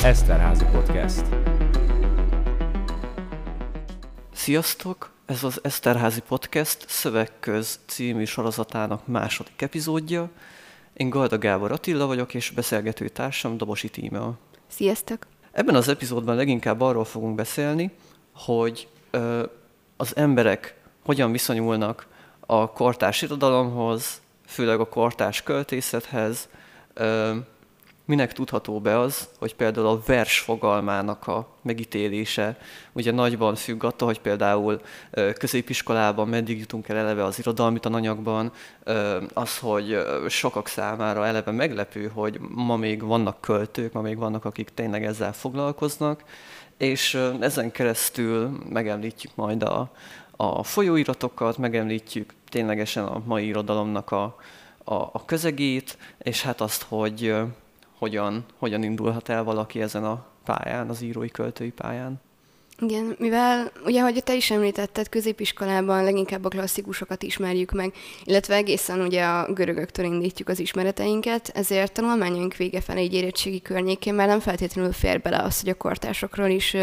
Eszterházy Podcast. Sziasztok! Ez az Eszterházy Podcast Szövegköz című sorozatának második epizódja. Én Galda Gábor Attila vagyok, és beszélgető társam Dobosi Tímea. Sziasztok! Ebben az epizódban leginkább arról fogunk beszélni, hogy az emberek hogyan viszonyulnak a kortárs irodalomhoz, főleg a kortárs költészethez. Minek tudható be az, hogy például a vers fogalmának a megítélése ugye nagyban függ attól, hogy például középiskolában meddig jutunk el eleve az irodalmi tananyagban, az, hogy sokak számára eleve meglepő, hogy ma még vannak költők, ma még vannak, akik tényleg ezzel foglalkoznak, és ezen keresztül megemlítjük majd a folyóiratokat, megemlítjük ténylegesen a mai irodalomnak a közegét, és hát azt, hogy hogyan indulhat el valaki ezen a pályán, az írói költői pályán. Igen, mivel ugye, ahogy te is említetted, középiskolában leginkább a klasszikusokat ismerjük meg, illetve egészen ugye a görögöktől indítjuk az ismereteinket, ezért tanulmányaink vége felé egy érettségi környékén már nem feltétlenül fér bele az, hogy a kortársokról is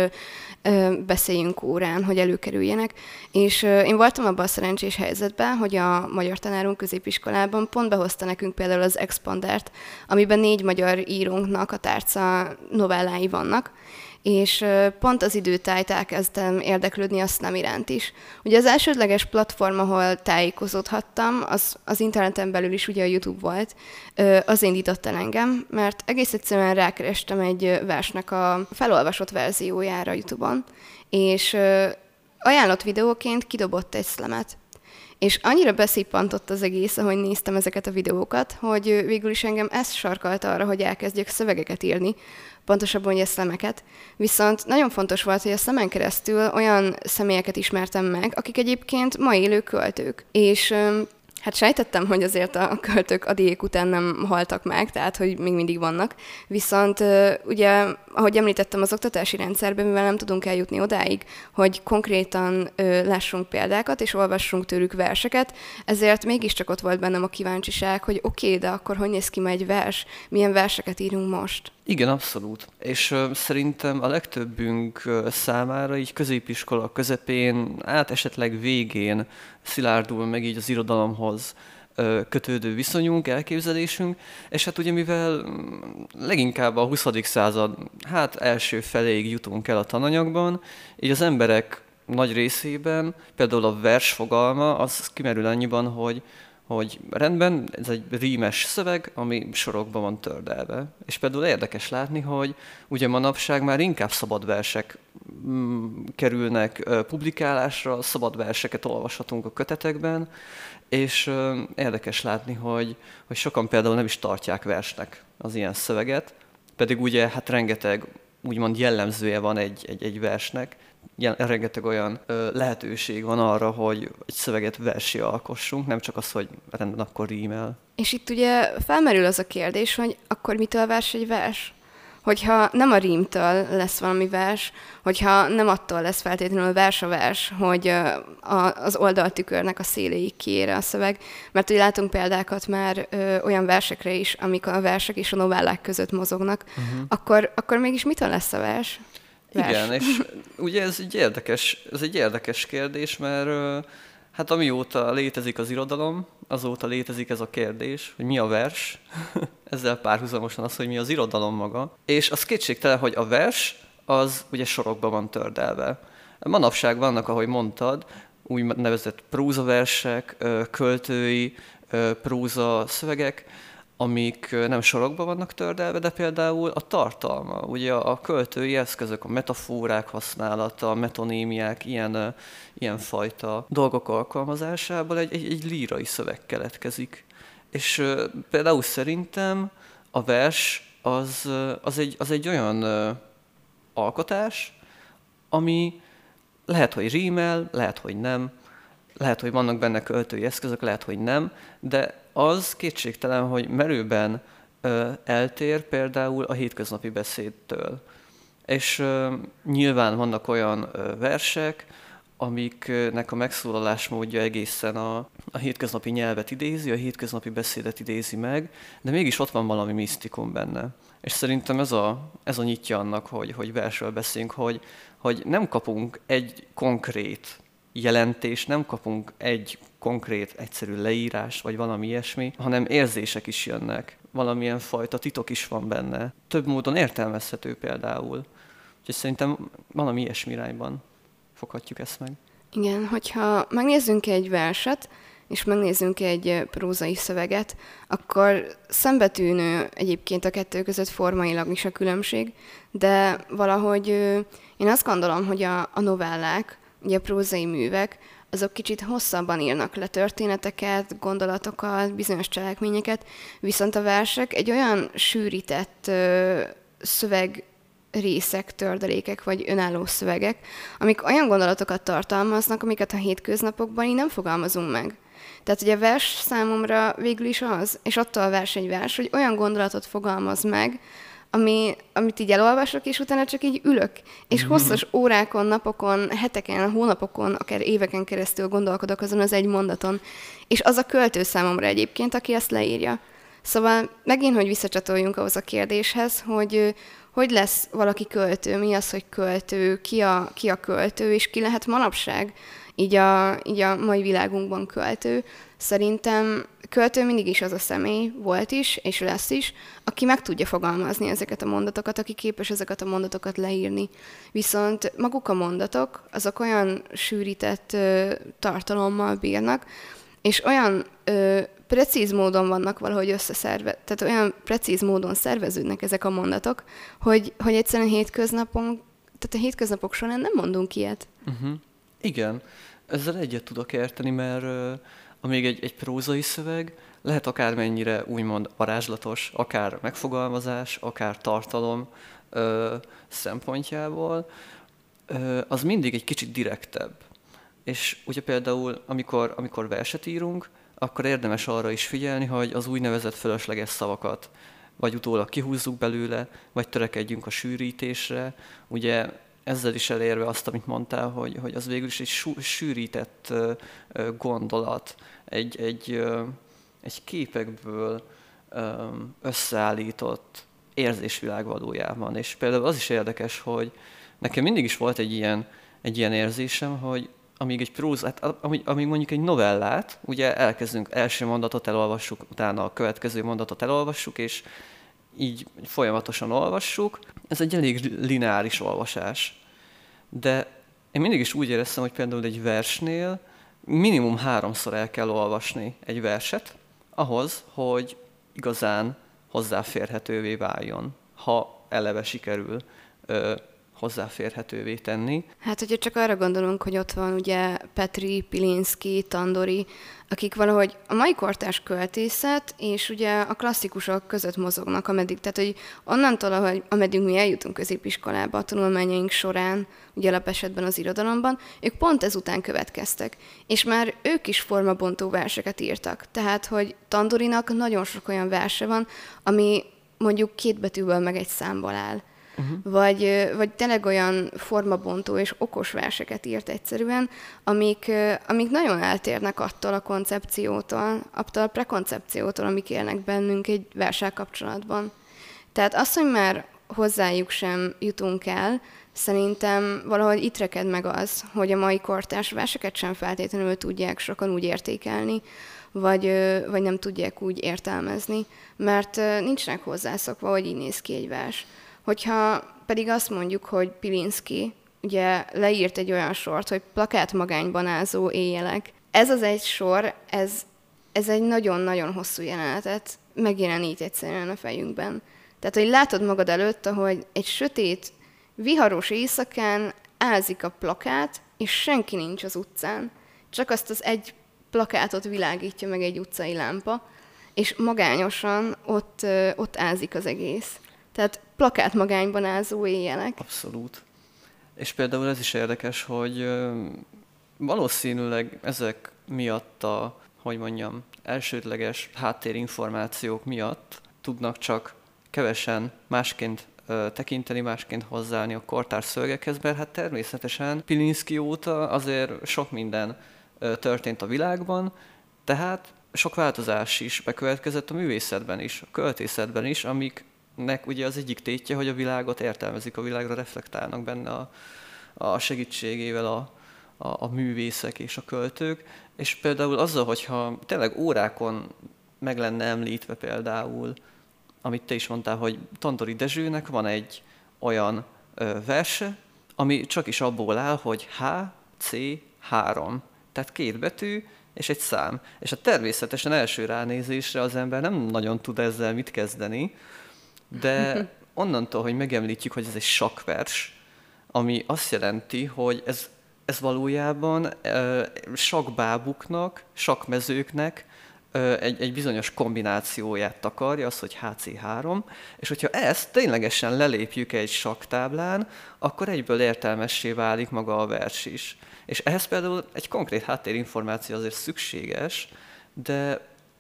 beszéljünk órán, hogy előkerüljenek. És én voltam abban a szerencsés helyzetben, hogy a magyar tanárunk középiskolában pont behozta nekünk például az Expandert, amiben 4 magyar írónknak a tárca novellái vannak, és pont az időtájt elkezdtem érdeklődni a slam iránt is. Ugye az elsődleges platform, ahol tájékozódhattam, az interneten belül is ugye a YouTube volt, az indított el engem, mert egész egyszerűen rákerestem egy versnek a felolvasott verziójára YouTube-on, és ajánlott videóként kidobott egy slamet. És annyira beszippantott az egész, ahogy néztem ezeket a videókat, hogy végül is engem ez sarkalta arra, hogy elkezdjek szövegeket írni, pontosabban ugye szlemeket. Viszont nagyon fontos volt, hogy a szlemen keresztül olyan személyeket ismertem meg, akik egyébként ma élő költők. És hát sejtettem, hogy azért a költők a diék után nem haltak meg, tehát hogy még mindig vannak. Viszont ugye, ahogy említettem, az oktatási rendszerben, mivel nem tudunk eljutni odáig, hogy konkrétan lássunk példákat és olvassunk tőlük verseket, ezért mégiscsak ott volt bennem a kíváncsiság, hogy oké, de akkor hogy néz ki ma egy vers, milyen verseket írunk most? Igen, abszolút. És szerintem a legtöbbünk számára így középiskola közepén, esetleg végén szilárdul meg így az irodalomhoz kötődő viszonyunk, elképzelésünk, és hát ugye mivel leginkább a 20. század első feléig jutunk el a tananyagban, így az emberek nagy részében például a vers fogalma az kimerül annyiban, hogy rendben, ez egy rímes szöveg, ami sorokba van tördelve. És például érdekes látni, hogy ugye manapság már inkább szabad versek kerülnek publikálásra, szabad verseket olvashatunk a kötetekben, és érdekes látni, hogy sokan például nem is tartják versnek az ilyen szöveget, pedig ugye hát rengeteg úgymond jellemzője van egy versnek, rengeteg olyan lehetőség van arra, hogy egy szöveget verssé alkossunk, nem csak az, hogy rendben akkor rímel. És itt ugye felmerül az a kérdés, hogy akkor mitől vers egy vers? Hogyha nem a rímtől lesz valami vers, hogyha nem attól lesz feltétlenül vers a vers, hogy az oldaltükörnek a széléig kiére a szöveg, mert ugye látunk példákat már olyan versekre is, amik a versek és a novellák között mozognak, akkor mégis mitől lesz a vers? Igen, és ugye ez egy érdekes kérdés, mert hát amióta létezik az irodalom, azóta létezik ez a kérdés, hogy mi a vers, ezzel párhuzamosan az, hogy mi az irodalom maga. És az kétségtelen, hogy a vers az ugye sorokban van tördelve. Manapság vannak, ahogy mondtad, úgy nevezett prózaversek, költői próza szövegek, amik nem sorokban vannak tördelve, de például a tartalma, ugye a költői eszközök, a metaforák használata, a metonímiák, ilyen fajta dolgok alkalmazásából egy lírai szöveg keletkezik. És például szerintem a vers az egy olyan alkotás, ami lehet, hogy rímel, lehet, hogy nem, lehet, hogy vannak benne költői eszközök, lehet, hogy nem, de az kétségtelen, hogy merőben eltér például a hétköznapi beszédtől. És nyilván vannak olyan versek, amiknek a megszólalásmódja egészen a hétköznapi nyelvet idézi, a hétköznapi beszédet idézi meg, de mégis ott van valami misztikum benne. És szerintem ez a nyitja annak, hogy versről beszélünk, hogy nem kapunk egy konkrét jelentést, nem kapunk egy konkrét, egyszerű leírás, vagy valami ilyesmi, hanem érzések is jönnek. Valamilyen fajta titok is van benne. Több módon értelmezhető például. Úgyhogy szerintem valami ilyesmi irányban foghatjuk ezt meg. Igen, hogyha megnézzünk egy verset, és megnézzünk egy prózai szöveget, akkor szembetűnő egyébként a kettő között formailag is a különbség, de valahogy én azt gondolom, hogy a novellák, ugye a prózai művek, azok kicsit hosszabban írnak le történeteket, gondolatokat, bizonyos cselekményeket, viszont a versek egy olyan sűrített szöveg részek, tördelékek vagy önálló szövegek, amik olyan gondolatokat tartalmaznak, amiket a hétköznapokban így nem fogalmazunk meg. Tehát ugye a vers számomra végül is az, és attól a vers egy vers, hogy olyan gondolatot fogalmaz meg, amit így elolvasok, és utána csak így ülök. És hosszas órákon, napokon, heteken, hónapokon, akár éveken keresztül gondolkodok azon az egy mondaton. És az a költő számomra egyébként, aki ezt leírja. Szóval megint, hogy visszacsatoljunk ahhoz a kérdéshez, hogy lesz valaki költő, mi az, hogy költő, ki a költő, és ki lehet manapság így a mai világunkban költő. Szerintem költő mindig is az a személy volt is, és lesz is, aki meg tudja fogalmazni ezeket a mondatokat, aki képes ezeket a mondatokat leírni. Viszont maguk a mondatok, azok olyan sűrített tartalommal bírnak, és olyan precíz módon vannak valahogy tehát olyan precíz módon szerveződnek ezek a mondatok, hogy egyszerűen tehát a hétköznapok során nem mondunk ilyet. Igen, ezzel egyet tudok érteni, mert amíg egy prózai szöveg lehet akármennyire úgymond varázslatos, akár megfogalmazás, akár tartalom szempontjából, az mindig egy kicsit direktebb. És ugye például, amikor verset írunk, akkor érdemes arra is figyelni, hogy az úgynevezett fölösleges szavakat vagy utólag kihúzzuk belőle, vagy törekedjünk a sűrítésre. Ugye ezzel is elérve azt, amit mondtál, hogy az végül is egy sűrített gondolat, egy képekből összeállított érzésvilág valójában. És például az is érdekes, hogy nekem mindig is volt egy ilyen érzésem, hogy amíg egy prózát, amíg mondjuk egy novellát, ugye elkezdünk, első mondatot elolvassuk, utána a következő mondatot elolvassuk, és így folyamatosan olvassuk. Ez egy elég lineáris olvasás. De én mindig is úgy éreztem, hogy például egy versnél minimum 3-szor el kell olvasni egy verset, ahhoz, hogy igazán hozzáférhetővé váljon, ha eleve sikerül hozzáférhetővé tenni. Hát, hogyha csak arra gondolunk, hogy ott van ugye Petri, Pilinszky, Tandori, akik valahogy a mai kortárs költészet és ugye a klasszikusok között mozognak, tehát hogy onnantól, ameddig mi eljutunk középiskolába a tanulmányaink során, ugye alapesetben az irodalomban, ők pont ezután következtek. És már ők is formabontó verseket írtak. Tehát, hogy Tandorinak nagyon sok olyan verse van, ami mondjuk 2 betűből meg egy számból áll. Vagy tényleg olyan formabontó és okos verseket írt egyszerűen, amik nagyon eltérnek attól a koncepciótól, attól a prekoncepciótól, amik élnek bennünk egy verssel kapcsolatban. Tehát az, hogy már hozzájuk sem jutunk el, szerintem valahogy itt reked meg az, hogy a mai kortárs verseket sem feltétlenül tudják sokan úgy értékelni, vagy nem tudják úgy értelmezni, mert nincsenek hozzászokva, hogy így néz ki egy vers. Hogyha pedig azt mondjuk, hogy Pilinszky ugye leírt egy olyan sort, hogy plakátmagányban ázó éjjelek. Ez az egy sor, ez egy nagyon-nagyon hosszú jelenetet megjelenít egyszerűen a fejünkben. Tehát, hogy látod magad előtt, ahogy egy sötét, viharos éjszakán ázik a plakát, és senki nincs az utcán. Csak azt az egy plakátot világítja meg egy utcai lámpa, és magányosan ott ázik az egész. Tehát plakátmagányban ázó éjjelek. Abszolút. És például ez is érdekes, hogy valószínűleg ezek miatt elsődleges háttérinformációk miatt tudnak csak kevesen másként tekinteni, másként hozzáállni a kortárs szövegekhez, mert hát természetesen Pilinszky óta azért sok minden történt a világban, tehát sok változás is bekövetkezett a művészetben is, a költészetben is, amiknek ugye az egyik tétje, hogy a világot értelmezik, a világra reflektálnak benne a segítségével a művészek és a költők, és például azzal, hogyha tényleg órákon meg lenne említve például, amit te is mondtál, hogy Tandori Dezsőnek van egy olyan verse, ami csak is abból áll, hogy HC3, tehát 2 betű és egy szám. És hát természetesen első ránézésre az ember nem nagyon tud ezzel mit kezdeni, de onnantól, hogy megemlítjük, hogy ez egy sakkvers, ami azt jelenti, hogy ez valójában sakkbábuknak, sakkmezőknek egy bizonyos kombinációját takarja, az, hogy HC3, és hogyha ezt ténylegesen lelépjük egy sakktáblán, akkor egyből értelmessé válik maga a vers is. És ehhez például egy konkrét háttérinformáció azért szükséges, de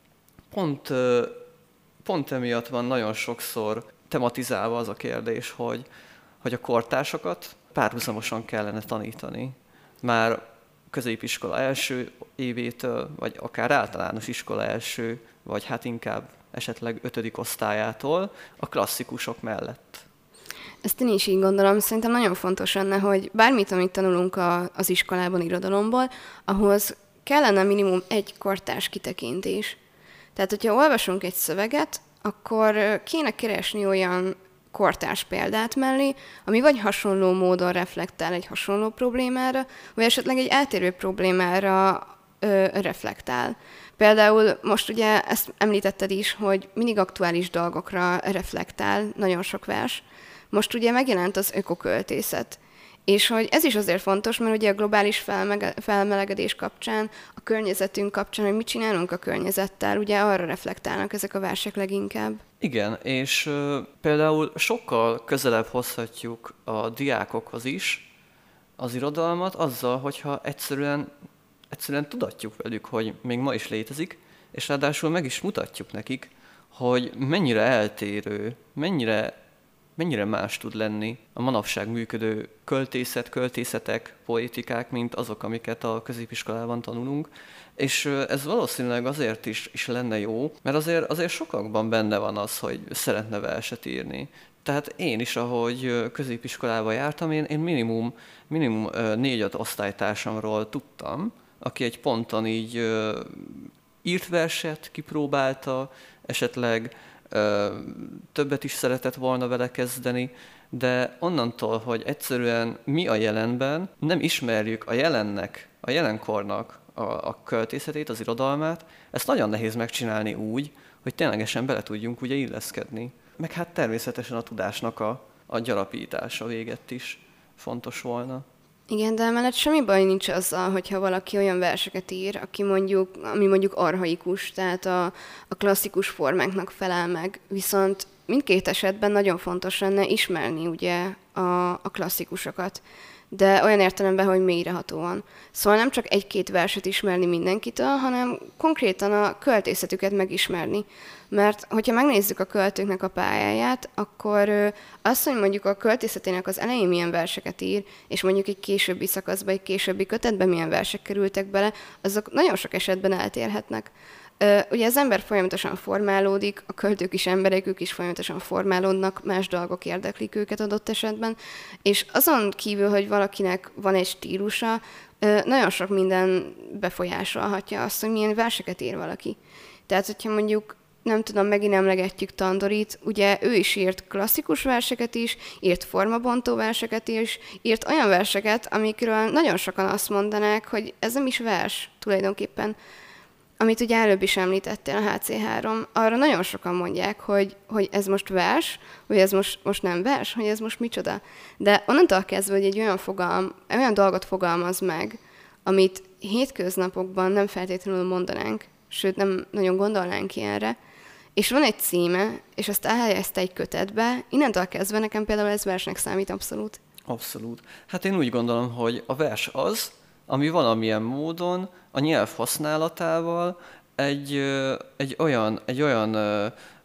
pont emiatt van nagyon sokszor tematizálva az a kérdés, hogy a kortársakat párhuzamosan kellene tanítani. Már középiskola első évétől, vagy akár általános iskola első, vagy hát inkább esetleg 5. osztályától a klasszikusok mellett. Ezt én is így gondolom. Szerintem nagyon fontos lenne, hogy bármit, amit tanulunk az iskolában, irodalomból, ahhoz kellene minimum egy kortárs kitekintés. Tehát, hogyha olvasunk egy szöveget, akkor kéne keresni olyan kortárs példát mellé, ami vagy hasonló módon reflektál egy hasonló problémára, vagy esetleg egy eltérő problémára reflektál. Például most ugye ezt említetted is, hogy mindig aktuális dolgokra reflektál nagyon sok vers. Most ugye megjelent az ökoköltészet. És hogy ez is azért fontos, mert ugye a globális felmelegedés kapcsán, a környezetünk kapcsán, hogy mit csinálunk a környezettel, ugye arra reflektálnak ezek a versek leginkább. Igen, és például sokkal közelebb hozhatjuk a diákokhoz is az irodalmat azzal, hogyha egyszerűen tudatjuk velük, hogy még ma is létezik, és ráadásul meg is mutatjuk nekik, hogy mennyire eltérő, mennyire más tud lenni a manapság működő költészetek, poétikák, mint azok, amiket a középiskolában tanulunk. És ez valószínűleg azért is lenne jó, mert azért sokakban benne van az, hogy szeretne verset írni. Tehát én is, ahogy középiskolába jártam, én minimum 4-5 osztálytársamról tudtam, aki egy ponton így írt verset, kipróbálta, esetleg többet is szeretett volna vele kezdeni, de onnantól, hogy egyszerűen mi a jelenben, nem ismerjük a jelenkornak a költészetét, az irodalmát, ezt nagyon nehéz megcsinálni úgy, hogy ténylegesen bele tudjunk ugye illeszkedni. Meg hát természetesen a tudásnak a gyarapítása végett is fontos volna. Igen, de emellett semmi baj nincs azzal, hogyha valaki olyan verseket ír, ami mondjuk archaikus, tehát a klasszikus formáknak felel meg. Viszont mindkét esetben nagyon fontos lenne ismerni ugye a klasszikusokat, de olyan értelemben, hogy mélyrehatóan. Szóval nem csak egy-két verset ismerni mindenkitől, hanem konkrétan a költészetüket megismerni. Mert hogyha megnézzük a költőknek a pályáját, akkor azt, hogy mondjuk a költészetének az elején milyen verseket ír, és mondjuk egy későbbi szakaszban, egy későbbi kötetben milyen versek kerültek bele, azok nagyon sok esetben eltérhetnek. Ugye az ember folyamatosan formálódik, a költők is emberek, ők is folyamatosan formálódnak, más dolgok érdeklik őket adott esetben, és azon kívül, hogy valakinek van egy stílusa, nagyon sok minden befolyásolhatja azt, hogy milyen verseket ír valaki. Tehát, hogyha mondjuk nem tudom, megint emlegetjük Tandorit, ugye ő is írt klasszikus verseket is, írt formabontó verseket is, írt olyan verseket, amikről nagyon sokan azt mondanák, hogy ez nem is vers tulajdonképpen. Amit ugye előbb is említettél, a HC3, arra nagyon sokan mondják, hogy ez most vers, vagy ez most nem vers, hogy ez most micsoda. De onnantól kezdve, hogy egy olyan dolgot fogalmaz meg, amit hétköznapokban nem feltétlenül mondanánk, sőt nem nagyon gondolnánk ilyenre, és van egy címe, és azt elhelyezte egy kötetbe, innentől kezdve nekem például ez versnek számít abszolút. Abszolút. Hát én úgy gondolom, hogy a vers az, ami valamilyen módon a nyelv használatával egy olyan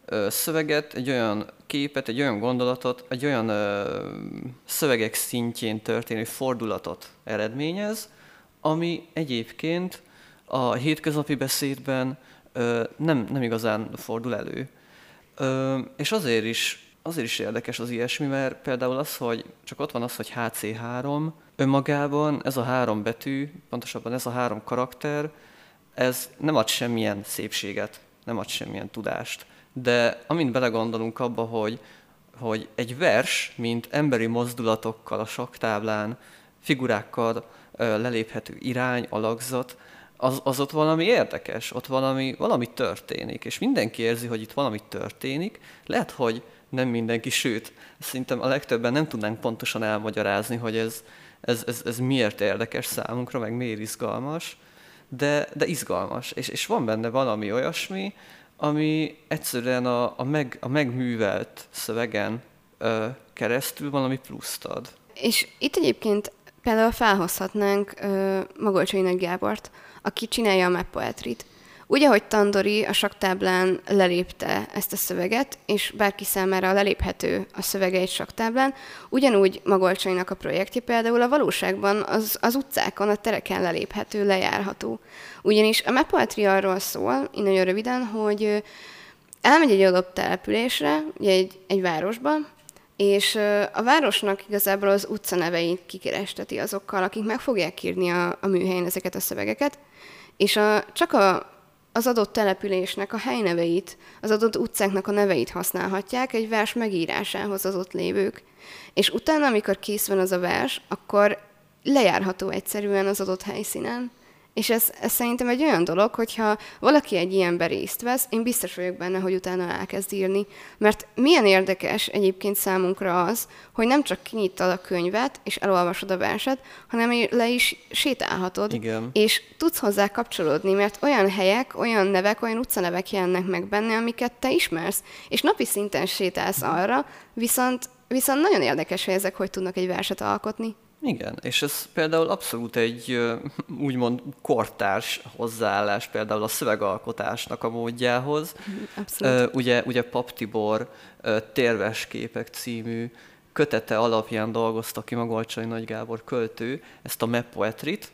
szöveget, egy olyan képet, egy olyan gondolatot, egy olyan szövegek szintjén történő fordulatot eredményez, ami egyébként a hétköznapi beszédben nem igazán fordul elő. És azért is érdekes az ilyesmi, mert például az, hogy csak ott van az, hogy HC3, önmagában ez a 3 betű, pontosabban ez a 3 karakter, ez nem ad semmilyen szépséget, nem ad semmilyen tudást. De amint belegondolunk abba, hogy egy vers, mint emberi mozdulatokkal a sakktáblán, figurákkal leléphető irány, alakzat, az ott valami érdekes, ott valami történik, és mindenki érzi, hogy itt valami történik. Lehet, hogy nem mindenki, sőt, szerintem a legtöbben nem tudnánk pontosan elmagyarázni, hogy ez miért érdekes számunkra, meg miért izgalmas, de izgalmas, és van benne valami olyasmi, ami egyszerűen a megművelt szövegen keresztül valami pluszt ad. És itt egyébként például felhozhatnánk Magolcsai Nagy Gábort, aki csinálja a Map Poetry-t. Úgy, ahogy Tandori a sakktáblán lelépte ezt a szöveget, és bárki számára leléphető a szövege egy sakktáblán, ugyanúgy Magolcsainak a projektje például a valóságban az utcákon, a tereken leléphető, lejárható. Ugyanis a Map Poetry arról szól, így nagyon röviden, hogy elmegy egy adott településre, ugye egy városba, és a városnak igazából az utcaneveit kikeresteti azokkal, akik meg fogják írni a műhelyen ezeket a szövegeket, és az adott településnek a helyneveit, az adott utcáknak a neveit használhatják egy vers megírásához az ott lévők. És utána, amikor kész van az a vers, akkor lejárható egyszerűen az adott helyszínen. És ez szerintem egy olyan dolog, hogyha valaki egy ilyenben részt vesz, én biztos vagyok benne, hogy utána elkezd írni. Mert milyen érdekes egyébként számunkra az, hogy nem csak kinyitod a könyvet, és elolvasod a verset, hanem le is sétálhatod. Igen. És tudsz hozzá kapcsolódni, mert olyan helyek, olyan nevek, olyan utcanevek jelennek meg benne, amiket te ismersz. És napi szinten sétálsz arra, viszont nagyon érdekes, hogy ezek hogy tudnak egy verset alkotni. Igen, és ez például abszolút egy úgymond kortárs hozzáállás például a szövegalkotásnak a módjához. Abszolút. Ugye Pap Tibor Térves képek című kötete alapján dolgozta ki Magolcsai Nagy Gábor költő ezt a Map Poetry-t,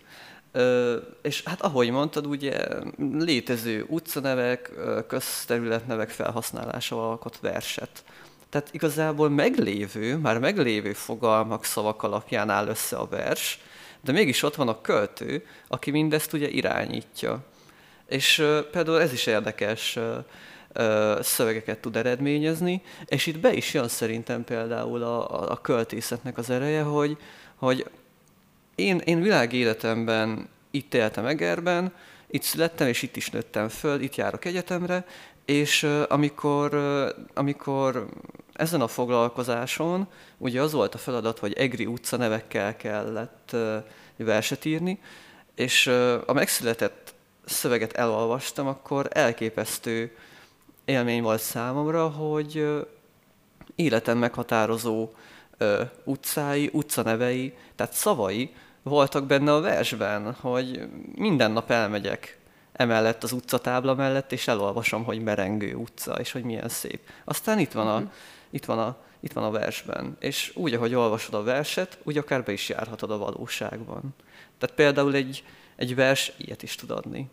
és hát ahogy mondtad, ugye létező utcanevek, közterületnevek felhasználásával alkot verset. Tehát igazából már meglévő fogalmak, szavak alapján áll össze a vers, de mégis ott van a költő, aki mindezt ugye irányítja. És például ez is érdekes szövegeket tud eredményezni, és itt be is jön szerintem például a költészetnek az ereje, hogy én világéletemben itt éltem Egerben, itt születtem, és itt is nőttem föl, itt járok egyetemre, és amikor ezen a foglalkozáson ugye az volt a feladat, hogy egri utcanevekkel kellett verset írni, és a megszületett szöveget elolvastam, akkor elképesztő élmény volt számomra, hogy életem meghatározó utcái, utcanevei, tehát szavai voltak benne a versben, hogy minden nap elmegyek emellett az utcatábla mellett, és elolvasom, hogy Merengő utca, és hogy milyen szép. Aztán itt van a versben. És úgy, ahogy olvasod a verset, úgy akár be is járhatod a valóságban. Tehát például egy vers ilyet is tud adni.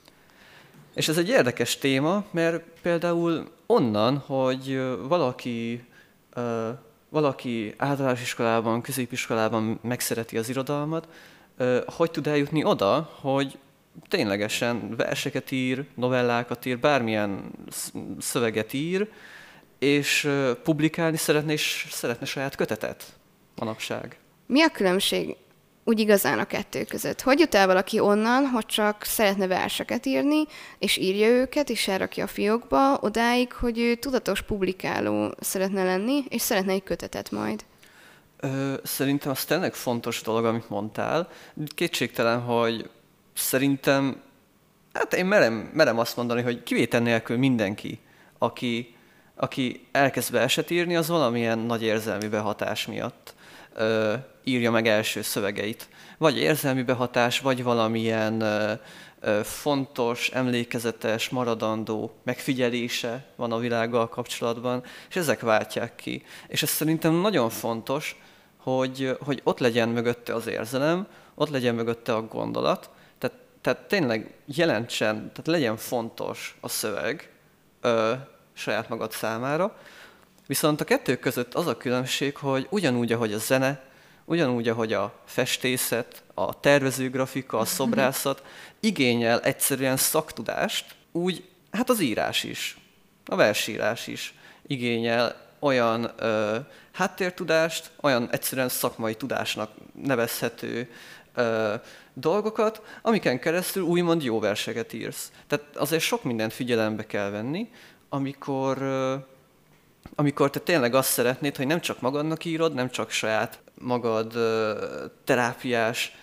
És ez egy érdekes téma, mert például onnan, hogy valaki általános iskolában, középiskolában megszereti az irodalmat, hogy tud eljutni oda, hogy ténylegesen verseket ír, novellákat ír, bármilyen szöveget ír, és publikálni szeretne, és szeretne saját kötetet manapság. Mi a különbség úgy igazán a kettő között? Hogy jut el valaki onnan, hogy csak szeretne verseket írni, és írja őket, és elrakja a fiókba, odáig, hogy ő tudatos publikáló szeretne lenni, és szeretne egy kötetet majd? Szerintem az tényleg fontos dolog, amit mondtál. Kétségtelen, hogy szerintem, hát én merem azt mondani, hogy kivétel nélkül mindenki, aki elkezd verset írni, az valamilyen nagy érzelmi behatás miatt írja meg első szövegeit. Vagy érzelmi behatás, vagy valamilyen fontos, emlékezetes, maradandó megfigyelése van a világgal kapcsolatban, és ezek váltják ki. És ez szerintem nagyon fontos, hogy ott legyen mögötte az érzelem, ott legyen mögötte a gondolat, tehát tényleg jelentsen, tehát legyen fontos a szöveg saját magad számára, viszont a kettő között az a különbség, hogy ugyanúgy, ahogy a zene, ugyanúgy, ahogy a festészet, a tervezőgrafika, a szobrászat igényel egyszerűen szaktudást, úgy hát az írás is, a versírás is igényel olyan háttértudást, olyan egyszerűen szakmai tudásnak nevezhető dolgokat, amiken keresztül úgymond jó verseket írsz. Tehát azért sok mindent figyelembe kell venni, amikor te tényleg azt szeretnéd, hogy nem csak magadnak írod, nem csak saját magad terápiás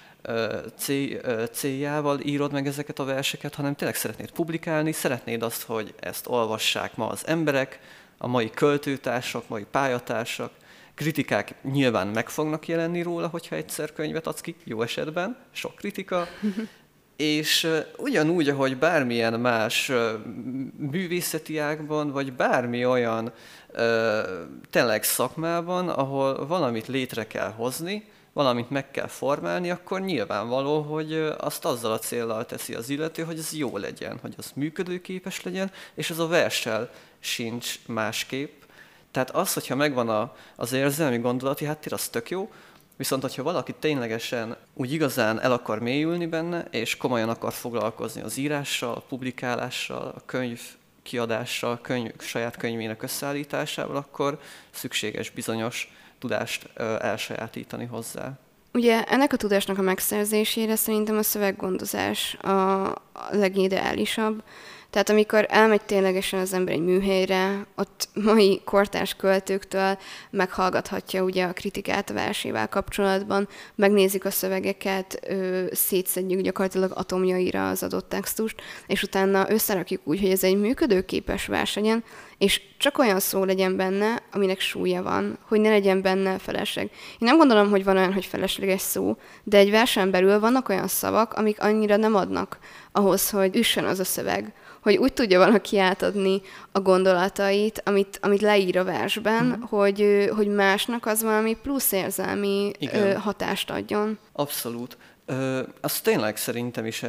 céljával írod meg ezeket a verseket, hanem tényleg szeretnéd publikálni, szeretnéd azt, hogy ezt olvassák ma az emberek, a mai költőtársak, mai pályatársak, kritikák nyilván meg fognak jelenni róla, hogyha egyszer könyvet adsz ki, jó esetben, sok kritika, és ugyanúgy, ahogy bármilyen más művészeti ágban, vagy bármi olyan tényleg szakmában, ahol valamit létre kell hozni, valamit meg kell formálni, akkor nyilvánvaló, hogy azt azzal a céllal teszi az illető, hogy ez jó legyen, hogy az működőképes legyen, és ez a verssel sincs másképp. Tehát az, hogyha megvan az érzelmi gondolati háttér, az tök jó, viszont hogyha valaki ténylegesen úgy igazán el akar mélyülni benne, és komolyan akar foglalkozni az írással, a publikálással, a könyv kiadással, saját könyvének összeállításával, akkor szükséges bizonyos tudást elsajátítani hozzá. Ugye ennek a tudásnak a megszerzésére szerintem a szöveggondozás a legideálisabb. Tehát amikor elmegy ténylegesen az ember egy műhelyre, ott mai kortárs költőktől meghallgathatja ugye a kritikát a versével kapcsolatban, megnézik a szövegeket, szétszedjük gyakorlatilag atomjaira az adott textust, és utána összerakjuk úgy, hogy ez egy működőképes vers legyen, és csak olyan szó legyen benne, aminek súlya van, hogy ne legyen benne felesleg. Én nem gondolom, hogy van olyan, hogy felesleges szó, de egy versen belül vannak olyan szavak, amik annyira nem adnak ahhoz, hogy üssön az a szöveg, hogy úgy tudja valaki átadni a gondolatait, amit leír a versben, hogy másnak az valami plusz érzelmi hatást adjon. Abszolút. Az tényleg szerintem is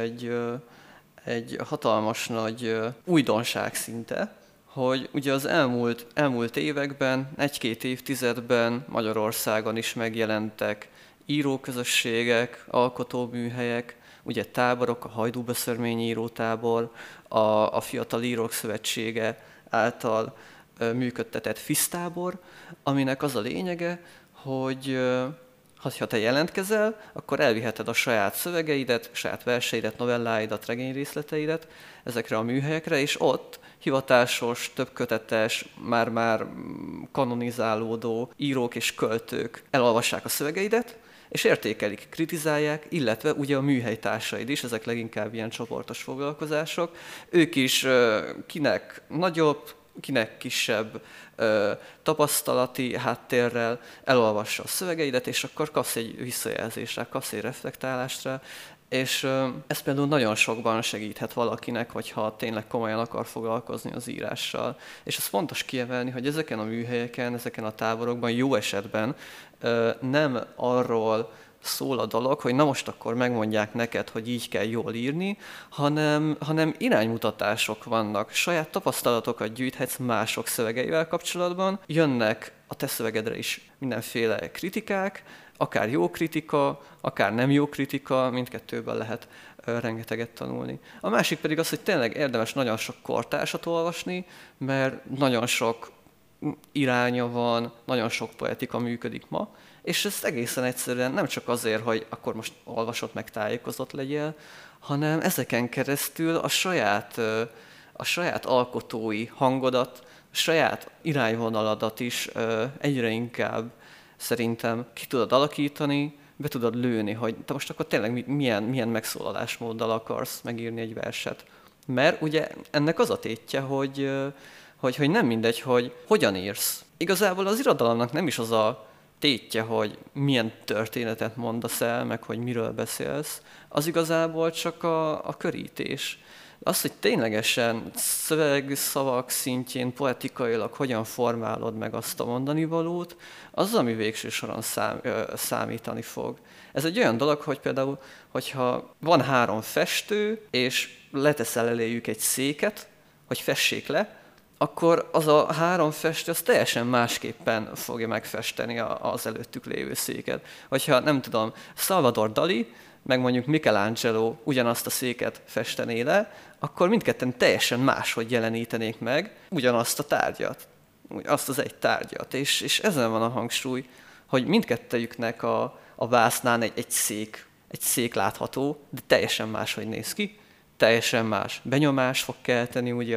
egy hatalmas nagy újdonság szinte, hogy ugye az elmúlt években, egy-két évtizedben Magyarországon is megjelentek íróközösségek, alkotóműhelyek, ugye táborok, a Hajdúböszörményi írótábor, a Fiatal Írók Szövetsége által működtetett FISZ-tábor, aminek az a lényege, hogy ha te jelentkezel, akkor elviheted a saját szövegeidet, saját verseidet, novelláidat, regényrészleteidet ezekre a műhelyekre, és ott hivatásos, többkötetes, már kanonizálódó írók és költők elolvassák a szövegeidet, és értékelik, kritizálják, illetve ugye a műhelytársaid is, ezek leginkább ilyen csoportos foglalkozások. Ők is kinek nagyobb, kinek kisebb tapasztalati háttérrel elolvassa a szövegeidet, és akkor kapsz egy visszajelzést rá, kapsz egy reflektálást rá, és ez például nagyon sokban segíthet valakinek, hogyha tényleg komolyan akar foglalkozni az írással. És ez fontos kiemelni, hogy ezeken a műhelyeken, ezeken a táborokban jó esetben nem arról szól a dolog, hogy na most akkor megmondják neked, hogy így kell jól írni, hanem iránymutatások vannak. Saját tapasztalatokat gyűjthetsz mások szövegeivel kapcsolatban. Jönnek a te szövegedre is mindenféle kritikák, akár jó kritika, akár nem jó kritika, mindkettőben lehet rengeteget tanulni. A másik pedig az, hogy tényleg érdemes nagyon sok kortársat olvasni, mert nagyon sok iránya van, nagyon sok poetika működik ma, és ez egészen egyszerűen nem csak azért, hogy akkor most olvasott meg tájékozott legyél, hanem ezeken keresztül a saját alkotói hangodat, a saját irányvonaladat is egyre inkább szerintem ki tudod alakítani, be tudod lőni, hogy te most akkor tényleg milyen megszólalásmóddal akarsz megírni egy verset. Mert ugye ennek az a tétje, hogy nem mindegy, hogy hogyan írsz. Igazából az irodalomnak nem is az a tétje, hogy milyen történetet mondasz el, meg hogy miről beszélsz, az igazából csak a körítés. Az, hogy ténylegesen szavak szintjén, poetikailag hogyan formálod meg azt a mondani valót, az, ami végső soron számítani fog. Ez egy olyan dolog, hogy például, hogyha van 3 festő, és leteszel eléjük egy széket, hogy fessék le, akkor az a 3 festő az teljesen másképpen fogja megfesteni az előttük lévő széket. Hogyha nem tudom, Salvador Dali, meg mondjuk Michelangelo ugyanazt a széket festené le, akkor mindketten teljesen máshogy jelenítenék meg ugyanazt a tárgyat, azt az egy tárgyat. És ezen van a hangsúly, hogy mindkettejüknek a vásznán egy szék látható, de teljesen máshogy néz ki, teljesen más benyomást fog kelteni ugye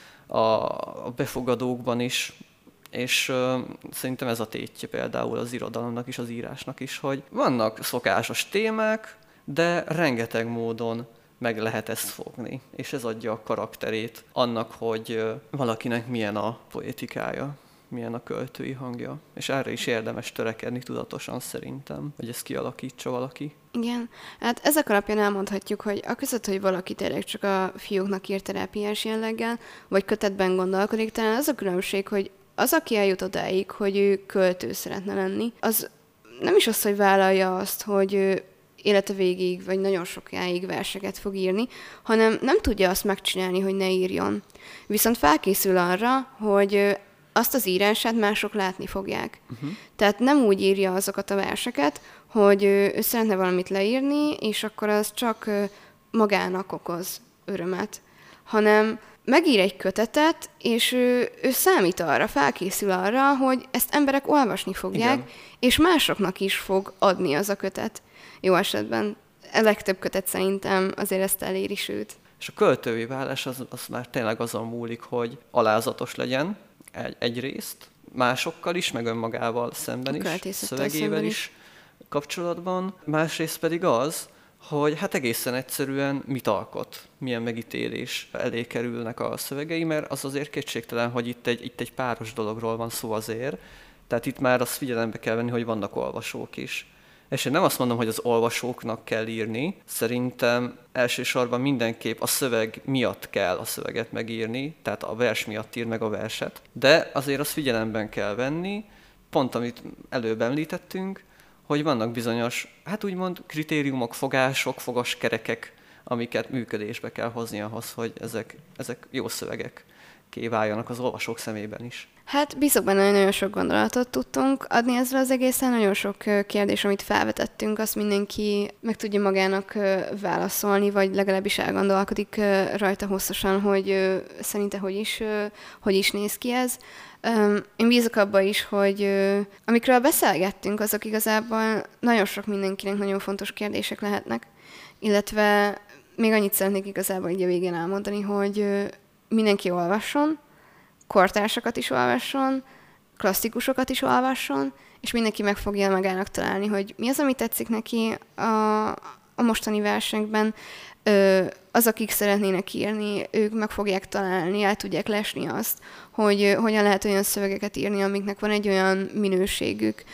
a befogadókban is, és szerintem ez a tétje például az irodalomnak is, az írásnak is, hogy vannak szokásos témák, de rengeteg módon meg lehet ezt fogni, és ez adja a karakterét annak, hogy valakinek milyen a poétikája, milyen a költői hangja. És erre is érdemes törekedni tudatosan szerintem, hogy ezt kialakítsa valaki. Igen, hát ezek alapján elmondhatjuk, hogy aközött, hogy valaki tényleg csak a fiúknak ír terápiás jelleggel, vagy kötetben gondolkodik, talán az a különbség, hogy az, aki eljut odáig, hogy ő költő szeretne lenni, az nem is az, hogy vállalja azt, hogy ő élete végig, vagy nagyon sokáig verseket fog írni, hanem nem tudja azt megcsinálni, hogy ne írjon. Viszont felkészül arra, hogy azt az írását mások látni fogják. Tehát nem úgy írja azokat a verseket, hogy ő szeretne valamit leírni, és akkor az csak magának okoz örömet, hanem megír egy kötetet, és ő számít arra, felkészül arra, hogy ezt emberek olvasni fogják, igen, és másoknak is fog adni az a kötet. Jó esetben. A legtöbb kötet szerintem azért ezt eléri, sőt. És a költői válás az már tényleg azon múlik, hogy alázatos legyen egyrészt, másokkal is, meg önmagával szemben is, szövegével is kapcsolatban. Másrészt pedig az, hogy hát egészen egyszerűen mit alkot, milyen megítélés elé kerülnek a szövegei, mert az azért kétségtelen, hogy itt egy páros dologról van szó azért, tehát itt már azt figyelembe kell venni, hogy vannak olvasók is. És én nem azt mondom, hogy az olvasóknak kell írni, szerintem elsősorban mindenképp a szöveg miatt kell a szöveget megírni, tehát a vers miatt ír meg a verset, de azért azt figyelemben kell venni, pont amit előbb említettünk, hogy vannak bizonyos, hát úgymond kritériumok, fogások, fogaskerekek, amiket működésbe kell hozni ahhoz, hogy ezek jó szövegek váljanak az olvasók szemében is. Hát bízok benne, hogy nagyon sok gondolatot tudtunk adni ezzel az egészen, nagyon sok kérdés, amit felvetettünk, azt mindenki meg tudja magának válaszolni, vagy legalábbis elgondolkodik rajta hosszasan, hogy szerinte hogy is néz ki ez. Én bízok abba is, hogy amikről beszélgettünk, azok igazából nagyon sok mindenkinek nagyon fontos kérdések lehetnek, illetve még annyit szeretnék igazából így a végén elmondani, hogy mindenki olvasson, kortársakat is olvasson, klasszikusokat is olvasson, és mindenki meg fogja magának találni, hogy mi az, ami tetszik neki a mostani versenyben. Az, akik szeretnének írni, ők meg fogják találni, el tudják lesni azt, hogy hogyan lehet olyan szövegeket írni, amiknek van egy olyan minőségük,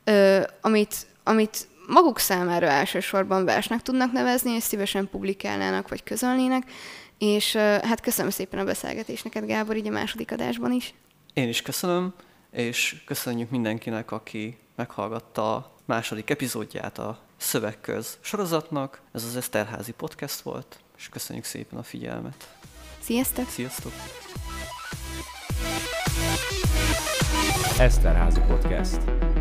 amit maguk számára elsősorban versnek tudnak nevezni, és szívesen publikálnának, vagy közölnének. És hát köszönöm szépen a beszélgetést neked, Gábor, így a második adásban is. Én is köszönöm, és köszönjük mindenkinek, aki meghallgatta a második epizódját a Szövegköz sorozatnak. Ez az Eszterházy Podcast volt, és köszönjük szépen a figyelmet. Sziasztok! Sziasztok! Eszterházy Podcast.